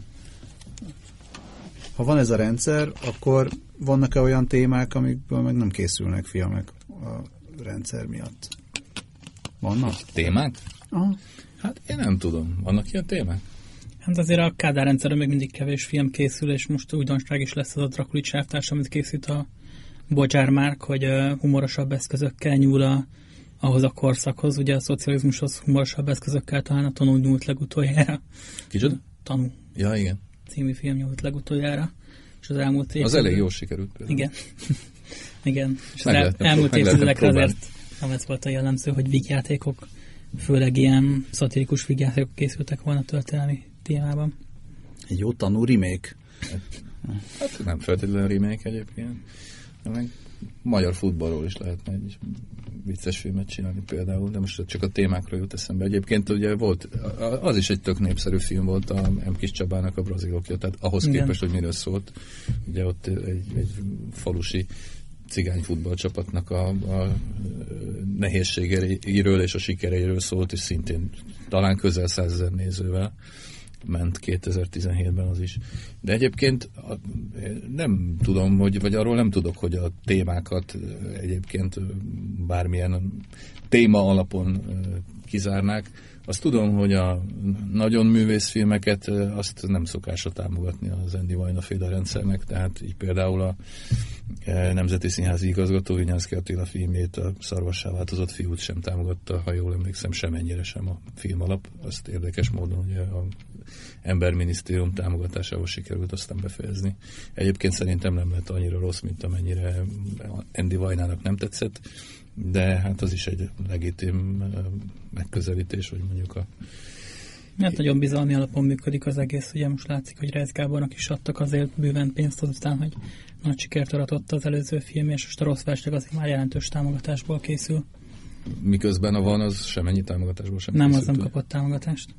B: ha van ez a rendszer, akkor vannak-e olyan témák, amikből meg nem készülnek filmek a rendszer miatt? Vannak?
C: Témák?
B: Aha.
C: Hát én nem tudom. Vannak ilyen témák?
D: Hát azért a Kádár rendszerről még mindig kevés film készül, és most újdonság is lesz az a Drakulics elvtárs, amit készít a Bodzsár Márk, hogy humorosabb eszközökkel nyúl ahhoz a korszakhoz. Ugye a szocializmushoz humorosabb eszközökkel talán a Tanú nyúlt legutoljára.
C: Kicsoda?
D: Tanú.
C: Ja, igen.
D: Című film nyúlt legutoljára. És az elmúlt évtizedek...
C: Az elég jól sikerült például.
D: Igen. Igen. És az elmúlt évtizedekre azért nem ez volt a jellemző, hogy vígjátékok, főleg ilyen szatirikus vígjátékok készültek volna történelmi témában.
B: Egy jó Tanú remake.
C: Hát nem feltétlenül remake egyébként. Meg magyar futballról is lehetne egy vicces filmet csinálni például, de most csak a témákról jut eszembe. Egyébként ugye volt, az is egy tök népszerű film volt, a M. Kis Csabának a Brazilokja, tehát ahhoz képest, hogy miről szólt. Ugye ott egy falusi cigány futballcsapatnak a nehézségeiről és a sikereiről szólt, és szintén talán közel 100 000 nézővel. ment 2017-ben az is. De egyébként nem tudom, vagy arról nem tudok, hogy a témákat egyébként bármilyen téma alapon kizárnák. Azt tudom, hogy a nagyon művészfilmeket azt nem szokásra támogatni az Andy Vajna-féle rendszernek, tehát így például a Nemzeti Színházi igazgató Vinyánszky Attila filmjét, a Szarvassá változott fiút sem támogatta, ha jól emlékszem, semennyire sem a filmalap. Azt érdekes módon, hogy a Emberminisztérium támogatásával sikerült aztán befejezni. Egyébként szerintem nem lett annyira rossz, mint amennyire Andy Vajnának nem tetszett, de hát az is egy legitim megközelítés, hogy mondjuk
D: Hát nagyon bizalmi alapon működik az egész, ugye most látszik, hogy Reisz Gábornak is adtak azért bőven pénzt azután, hogy nagy sikert aratott az előző film, és most a Rossz Festeg azért már jelentős támogatásból készül.
C: Miközben a Van az semennyi támogatásból sem
D: nem,
C: készült.
D: Az nem kapott támogatást.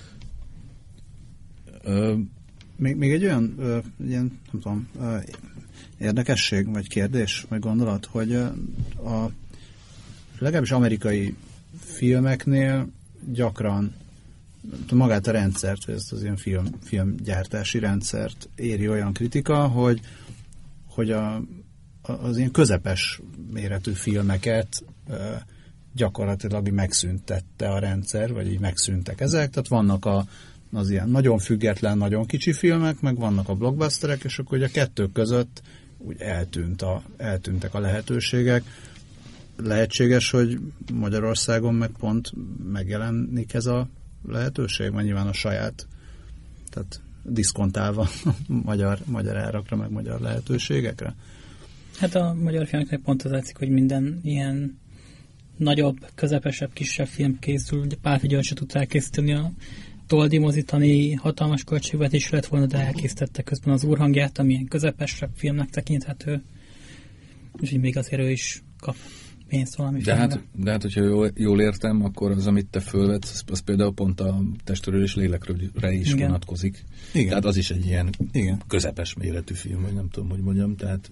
B: Még egy olyan ilyen, nem tudom, érdekesség, vagy kérdés, vagy gondolat, hogy a legalábbis amerikai filmeknél gyakran magát a rendszert, vagy ezt az ilyen filmgyártási rendszert éri olyan kritika, hogy az ilyen közepes méretű filmeket gyakorlatilag megszüntette a rendszer, vagy így megszűntek ezek, tehát vannak az ilyen nagyon független, nagyon kicsi filmek, meg vannak a blockbusterek, és akkor ugye a kettő között úgy eltűntek a lehetőségek. Lehetséges, hogy Magyarországon meg pont megjelenik ez a lehetőség, mert nyilván a saját, tehát diszkontálva magyar árakra, meg magyar lehetőségekre.
D: Hát a magyar filmeknek pont az látszik, hogy minden ilyen nagyobb, közepesebb, kisebb film készül. Pálfi György se tudta elkészíteni a Toldi mozit, ami hatalmas költségvetés lett volna, de elkészítette közben az Úrhangját, ami ilyen közepesebb filmnek tekinthető. Úgyhogy még azért ő is kap pénzt valami filmre.
C: De hát, hogyha jól értem, akkor az, amit te fölvetsz, az például pont a Testről és lélekre is vonatkozik. Igen. Tehát az is egy ilyen közepes méretű film, vagy nem tudom, hogy mondjam. Tehát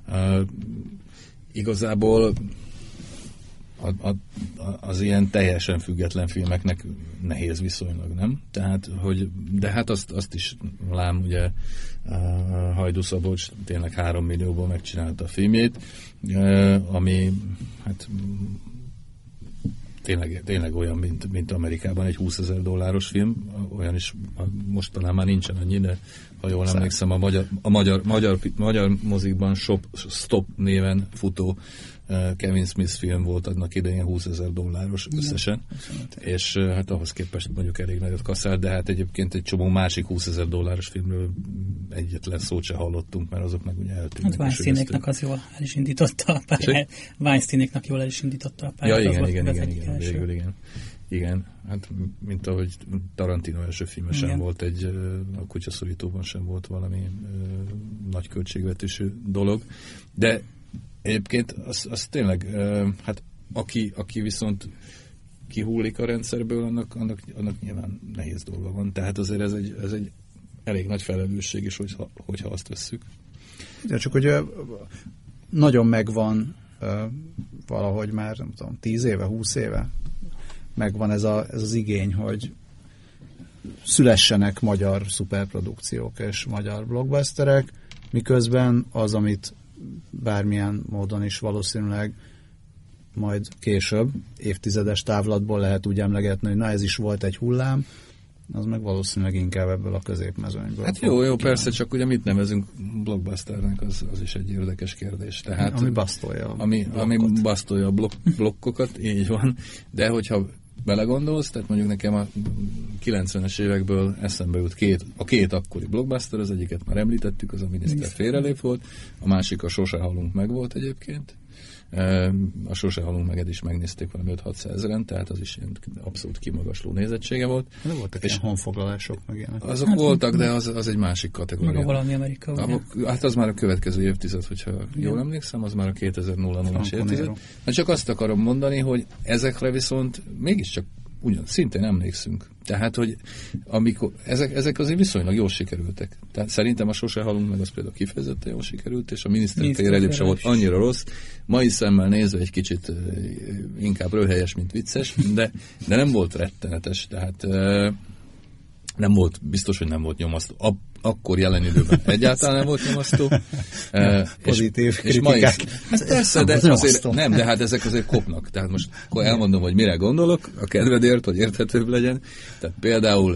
C: igazából az ilyen teljesen független filmeknek nehéz viszonylag, nem? Tehát, de hát azt is lám, ugye Hajdú Szabolcs tényleg 3 millióból megcsinálta a filmjét, ami hát tényleg olyan, mint Amerikában egy $20,000 film, olyan is most talán már nincsen annyi, de ha jól emlékszem, a magyar mozikban Stop néven futó Kevin Smith film volt annak idején $20,000 összesen, és hát ahhoz képest mondjuk elég nagyot kaszált, de hát egyébként egy csomó másik $20,000 filmről egyetlen szót se hallottunk, mert azok meg ugye eltűnnek.
D: Hát Weinsteinéknek az jól el is indította a pályát. Weinsteinéknek jól el is indította a pályát.
C: Ja, igen. Igen, hát mint ahogy Tarantino első filme sem volt a Kutyaszorítóban sem volt valami nagy költségvetésű dolog, de egyébként az tényleg, hát aki viszont kihullik a rendszerből, annak nyilván nehéz dolga van. Tehát azért ez egy elég nagy felelősség is, hogyha azt vesszük.
B: De csak hogy nagyon megvan valahogy már, nem tudom, 10 éve, 20 éve megvan ez az igény, hogy szülessenek magyar szuperprodukciók és magyar blockbusterek, miközben az, amit bármilyen módon is valószínűleg majd később, évtizedes távlatból lehet úgy emlegetni, hogy na ez is volt egy hullám, az meg valószínűleg inkább ebből a középmezőnyből.
C: Hát jó, persze, csak ugye mit nevezünk blockbusternek, az is egy érdekes kérdés. Tehát,
B: ami basztolja a
C: ami basztolja a blokkokat, így van, de hogyha belegondolsz, tehát mondjuk nekem a 90-es évekből eszembe jut a két akkori blockbuster, az egyiket már említettük, az a Miniszter félrelép volt, a másik a Sose halunk meg volt egyébként. A Sose halunk meg is megnézték valami 5-600 ezeren, tehát az is ilyen abszolút kimagasló nézettsége volt.
B: De voltak ilyen honfoglalások meg ilyenek.
C: Azok hát, voltak, de az egy másik kategória.
D: Meg a Valami Amerika.
C: Hát az már a következő évtized, hogyha jól emlékszem, az már a 2000-as évtized. Hát csak azt akarom mondani, hogy ezekre viszont mégiscsak szintén emlékszünk. Tehát, hogy amikor ezek azért viszonylag jól sikerültek. Tehát szerintem a Sose halunk meg az például kifejezetten jól sikerült, és a Miniszter félrelép sem volt annyira rossz. Mai szemmel nézve egy kicsit inkább röhelyes, mint vicces, de nem volt rettenetes. Tehát biztos, hogy nem volt nyomasztó. Akkor jelen időben egyáltalán nem volt nyomasztó.
B: Pozitív
C: és ma is.
B: Hát
C: persze, de azért nem, de hát ezek azért kopnak. Tehát most akkor elmondom, hogy mire gondolok, a kedvedért, hogy érthetőbb legyen. Tehát például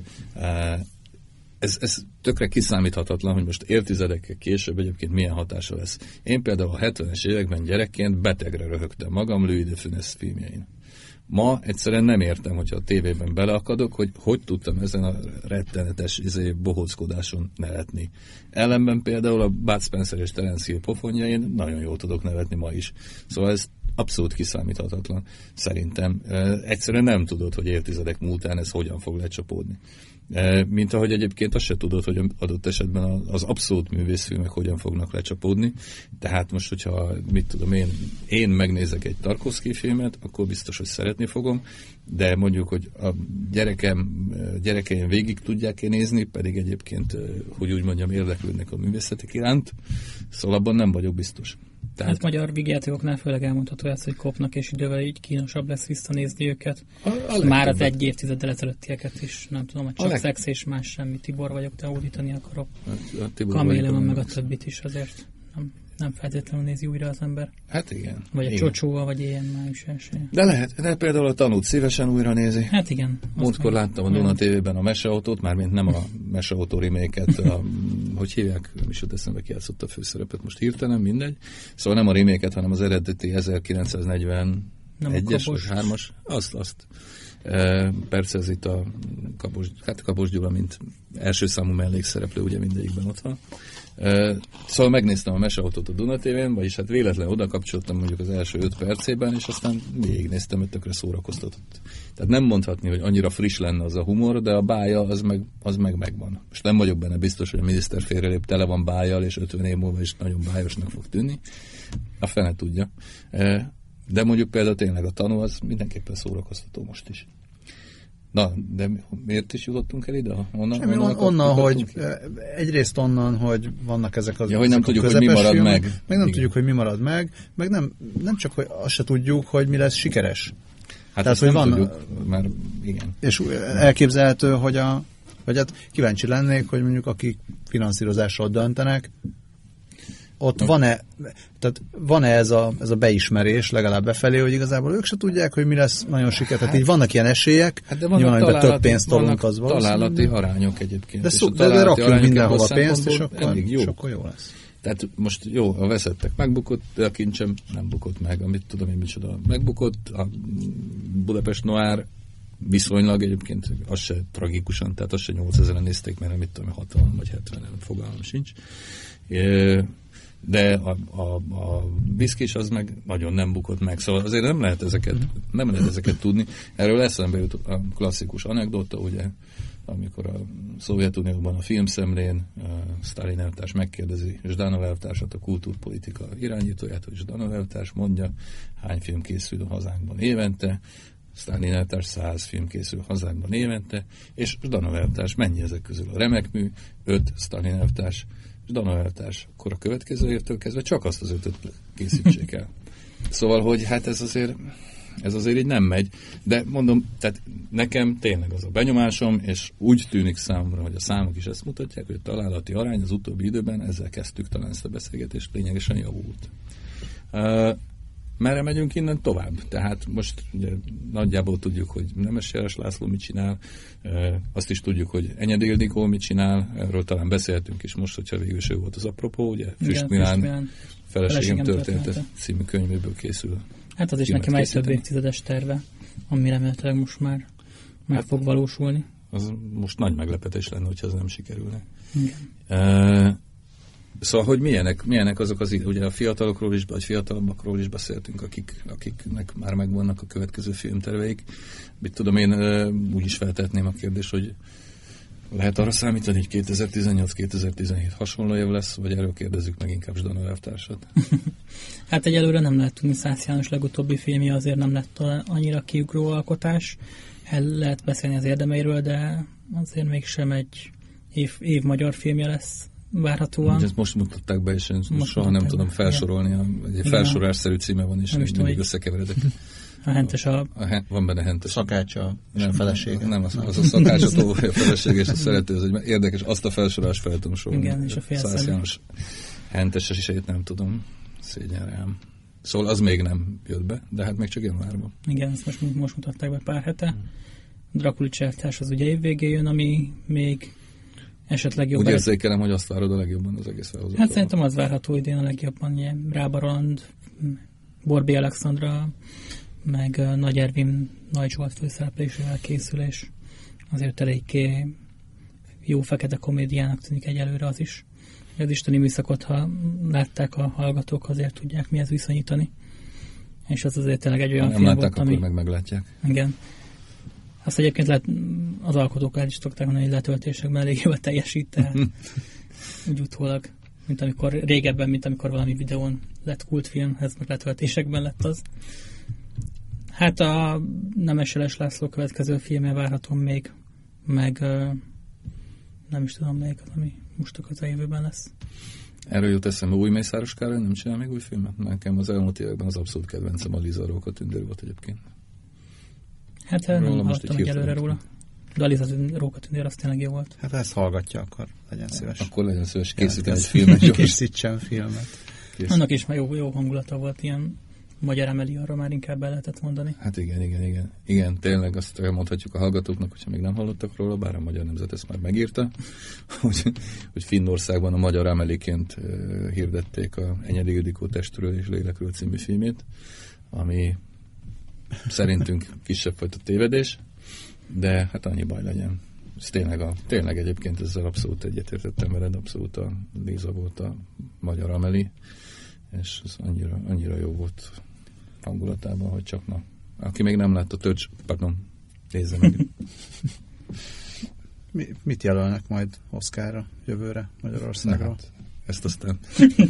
C: ez tökre kiszámíthatatlan, hogy most évtizedekkel később egyébként milyen hatása lesz. Én például a 70-es években gyerekként betegre röhögtem magam Louis de Funès filmjein. Ma egyszerűen nem értem, hogyha a tévében beleakadok, hogy tudtam ezen a rettenetes bohóckodáson nevetni. Ellenben például a Bud Spencer és Terence Hill pofonjain nagyon jól tudok nevetni ma is. Szóval ez abszolút kiszámíthatatlan. Szerintem egyszerűen nem tudod, hogy évtizedek múltán ez hogyan fog lecsapódni. Mint ahogy egyébként azt se tudod, hogy adott esetben az abszolút művészfilmek hogyan fognak lecsapódni. Tehát most, hogyha mit tudom én megnézek egy Tarkovszky filmet, akkor biztos, hogy szeretni fogom, de mondjuk, hogy a gyerekeim végig tudják nézni, pedig egyébként, hogy úgy mondjam, érdeklődnek a művészetek iránt, szóval abban nem vagyok biztos. Tehát...
D: Hát magyar vígjátékoknál főleg elmondható ez, hogy kopnak, és idővel így kínosabb lesz visszanézni őket. Már az egy évtizeddel ezelőttieket is, nem tudom, hogy csak szex és más semmi. Tibor vagyok, de hódítani akarok. Kaméleon meg a többit is azért nem feltétlenül nézi újra az ember.
C: Hát igen.
D: Vagy a Csocsóval, vagy ilyen május első.
C: De lehet, de például a Tanút szívesen újra nézi.
D: Hát igen.
C: Múltkor láttam a Duna TV-ben a Meseautót, mármint nem a Meseautó remake-et, hogy hívják, nem is jut eszembe, ki játszott a főszerepet, most hirtelen, mindegy. Szóval nem a remake-et, hanem az eredeti 1941-es vagy 3-as. Azt. Persze ez itt a Kapos Gyula, mint első számú mellékszereplő, ugye mindegyikben ott van. Szóval megnéztem a Meseautót a Duna TV-n, vagyis hát véletlenül oda kapcsoltam mondjuk az első 5 percében, és aztán végignéztem, hogy tökre szórakoztatott. Tehát nem mondhatni, hogy annyira friss lenne az a humor, de a bája az meg megvan. Most nem vagyok benne biztos, hogy a miniszter félrelép tele van bájjal, és 50 év múlva is nagyon bájosnak fog tűnni. A fene tudja. De mondjuk például tényleg a Tanú az mindenképpen szórakoztató most is. Na, de miért is jutottunk el ide?
B: Onnan, hogy egyrészt onnan, hogy vannak ezek az
C: hogy nem tudjuk, hogy mi marad
B: filmek, meg nem tudjuk, hogy mi marad meg nem csak, hogy azt se tudjuk, hogy mi lesz sikeres.
C: Hát tehát, hogy van, tudjuk, már igen.
B: És elképzelhető, hogy hát kíváncsi lennék, hogy mondjuk akik finanszírozásról döntenek, ott van-e ez a beismerés legalább befelé, hogy igazából ők se tudják, hogy mi lesz nagyon sikeres. Tehát így vannak ilyen esélyek,
C: hát de nyilván, több pénzt tolunk, az találati arányok egyébként.
B: De rakjunk mindenhova pénzt, és akkor jó lesz.
C: Tehát most jó, a veszettek megbukott, de a kincsem nem bukott meg, amit tudom én micsoda megbukott. A Budapest Noir viszonylag egyébként az se tragikusan, tehát az se 8000-en nézték, mert mit tudom, 60 vagy 70-en fogalmam sincs. De a Viszkis az meg nagyon nem bukott meg, szóval azért nem lehet ezeket tudni. Erről eszembe jut a klasszikus anekdota, ugye, amikor a Szovjetunióban a filmszemlén Sztálin elvtárs megkérdezi Zsdanov elvtársat, a kultúrpolitika irányítóját, hogy Zsdanov elvtárs mondja, hány film készül a hazánkban évente, Sztálin elvtárs 100 film készül hazánkban évente, és Zsdanov elvtárs mennyi ezek közül a remek mű, 5 Sztálin elvtárs, Zsdanov elvtárs, akkor a következő évtől kezdve csak azt az 5-öt készítsék el. Szóval, hogy hát ez azért így nem megy, de mondom, tehát nekem tényleg az a benyomásom, és úgy tűnik számomra, hogy a számok is ezt mutatják, hogy a találati arány az utóbbi időben, ezzel kezdtük talán ezt a beszélgetést, lényegesen javult. Merre megyünk innen tovább? Tehát most ugye, nagyjából tudjuk, hogy Nemes János László mit csinál, azt is tudjuk, hogy Enyedi Ildikó mit csinál, erről talán beszéltünk is most, hogyha végül is ő volt az apropó, ugye Füst Milán Feleségem története című könyvéből készül.
D: Hát az is nekem egy több évtizedes terve, ami remélhetőleg most már meg fog valósulni.
C: Az most nagy meglepetés lenne, hogyha az nem sikerülne. Igen. Szóval, hogy milyenek azok az ugye a fiatalokról is, vagy fiatalabbakról is beszéltünk, akiknek már megvannak a következő filmterveik. Mit tudom, én úgy is feltehetném a kérdést, hogy lehet arra számítani, hogy 2018-2017 hasonló év lesz, vagy erről kérdezzük meg inkább Zsdanov elvtársat?
D: Hát egyelőre nem lehet tudni, Szász János legutóbbi filmje azért nem lett annyira kiugró alkotás. El lehet beszélni az érdemeiről, de azért mégsem egy év magyar filmje lesz várhatóan.
C: Ezt most mutatták be, és én soha nem tudom felsorolni. Egy felsorolásszerű címe van, és mindig összekeveredek.
D: A hentes
C: van benne hentes.
B: Szakácsa, nem felesége.
C: Nem, az a szakácsa tóvója felesége, és a szerető, ez egy érdekes, azt a felsorolást fel tudom sorolni.
D: Igen, és a
C: Szász János hentes isét nem tudom, szégyen rám. Szóval az még nem jött be, de hát még csak januárban.
D: Igen, ezt most mutatták be pár hete. Drakuli cseltás az ugye évvégén jön, ami még esetleg jobb.
C: Úgy érzékelem, hogy azt várod a legjobban az egész felhozatal.
D: Hát szerintem az várható idén a legjobban, ilyen Rába Roland, Borbély Alexandra, meg Nagy Ervin, Nagy Zsolt főszereplésével készül, és azért eléggé jó fekete komédiának tűnik egyelőre az is. Az isteni műszakot, ha látták a hallgatók, azért tudják mihez viszonyítani. És az azért tényleg egy olyan
C: nem
D: film
C: látták,
D: volt,
C: akkor meg meglátják.
D: Igen. Azt egyébként az alkotók el is szokták mondani, hogy letöltésekben elég jól teljesít, tehát úgy utólag, mint amikor régebben, mint amikor valami videón lett kultfilm, ez meg letöltésekben lett az. Hát a Nemes László következő filmje várható még, meg nem is tudom melyik az, ami most a közeljövőben lesz.
C: Erről jut eszembe, új Mészáros Károly nem csinál még új filmet? Nekem az elmúlt években az abszolút kedvencem a Liza Róka Tündér volt egyébként.
D: Hát nem hallottam egyelőre róla. De a Liza Róka Tündér az tényleg jó volt.
B: Hát ezt hallgatja, akkor legyen szíves.
C: Akkor legyen szíves, készíteni egy filmet.
B: Készítsen filmet.
D: Annak is már jó hangulata volt, ilyen magyar Emeli, arra már inkább el lehetett mondani.
C: Hát igen. Igen, tényleg azt elmondhatjuk a hallgatóknak, hogyha még nem hallottak róla, bár a Magyar Nemzet ezt már megírta, hogy Finnországban a magyar Emeliként hirdették a Enyedi Ildikó Testről és Lélekről című filmét, ami szerintünk kisebb fajta tévedés, de hát annyi baj legyen. Ez tényleg egyébként ezzel abszolút egyetértettem veled, abszolút a Liza volt a magyar Ameli, és ez annyira jó volt hangulatában, hogy csak na. Aki még nem látta, nézze meg.
B: Mit jelölnek majd Oscarra jövőre Magyarországra?
C: Hát, ezt aztán...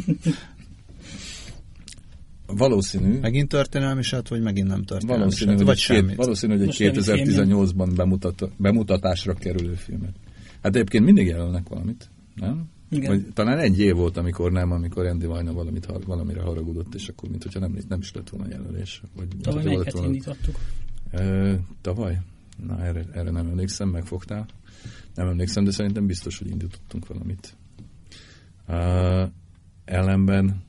C: Valószínű.
B: Megint történelmi set, vagy megint nem történelmi
C: set? Valószínű, hogy egy 2018-ban bemutatásra kerülő filmet. Hát egyébként mindig jelölnek valamit, nem?
D: Igen.
C: Vagy talán egy év volt, amikor Andy Vajna valamire haragudott, és akkor mintha nem is lett volna jelölés.
D: Tavaly melyiket indítottuk?
C: Tavaly? Na, erre nem emlékszem, megfogtál. Nem emlékszem, de szerintem biztos, hogy indítottunk valamit. Ellenben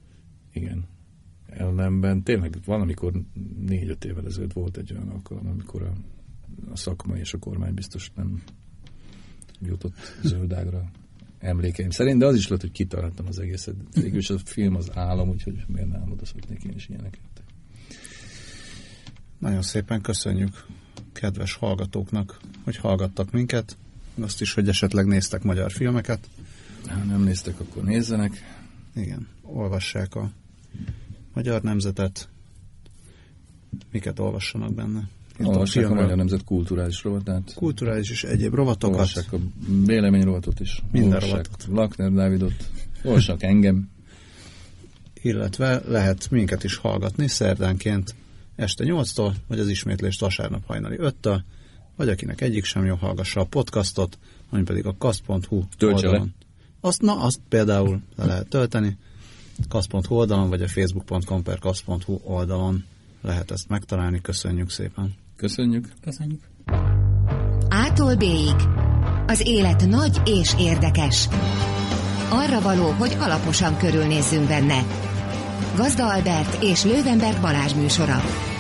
C: tényleg valamikor 4-5 évvel ezelőtt volt egy olyan alkalom, amikor a szakma és a kormány biztos nem jutott zöldágra emlékeim szerint, de az is lehet, hogy kitaláltam az egészet. Végülis a film az álom, úgyhogy miért nem odaszoknék én is ilyeneket.
B: Nagyon szépen köszönjük kedves hallgatóknak, hogy hallgattak minket, azt is, hogy esetleg néztek magyar filmeket.
C: Ha nem néztek, akkor nézzenek.
B: Igen, olvassák a Magyar Nemzetet. Miket olvassanak benne?
C: Olvassák a Magyar Nemzet kulturális rovatát.
B: Kulturális és egyéb rovatokat.
C: Olvassák a véleményrovatot is.
B: Minden rovatot.
C: Lakner Dávidot. Olvassák engem.
B: Illetve lehet minket is hallgatni szerdánként este 8-tól, vagy az ismétlést vasárnap hajnali 5-től, vagy akinek egyik sem jó, hallgassa a podcastot, ami pedig a kasz.hu oldalon. Azt például le lehet tölteni. kasz.hu oldalon, vagy a facebook.com/kasz.hu oldalon lehet ezt megtalálni. Köszönjük szépen.
C: Köszönjük.
A: A-tól B-ig. Az élet nagy és érdekes. Arra való, hogy alaposan körülnézzünk benne. Gazda Albert és Löwenberg Balázs műsora.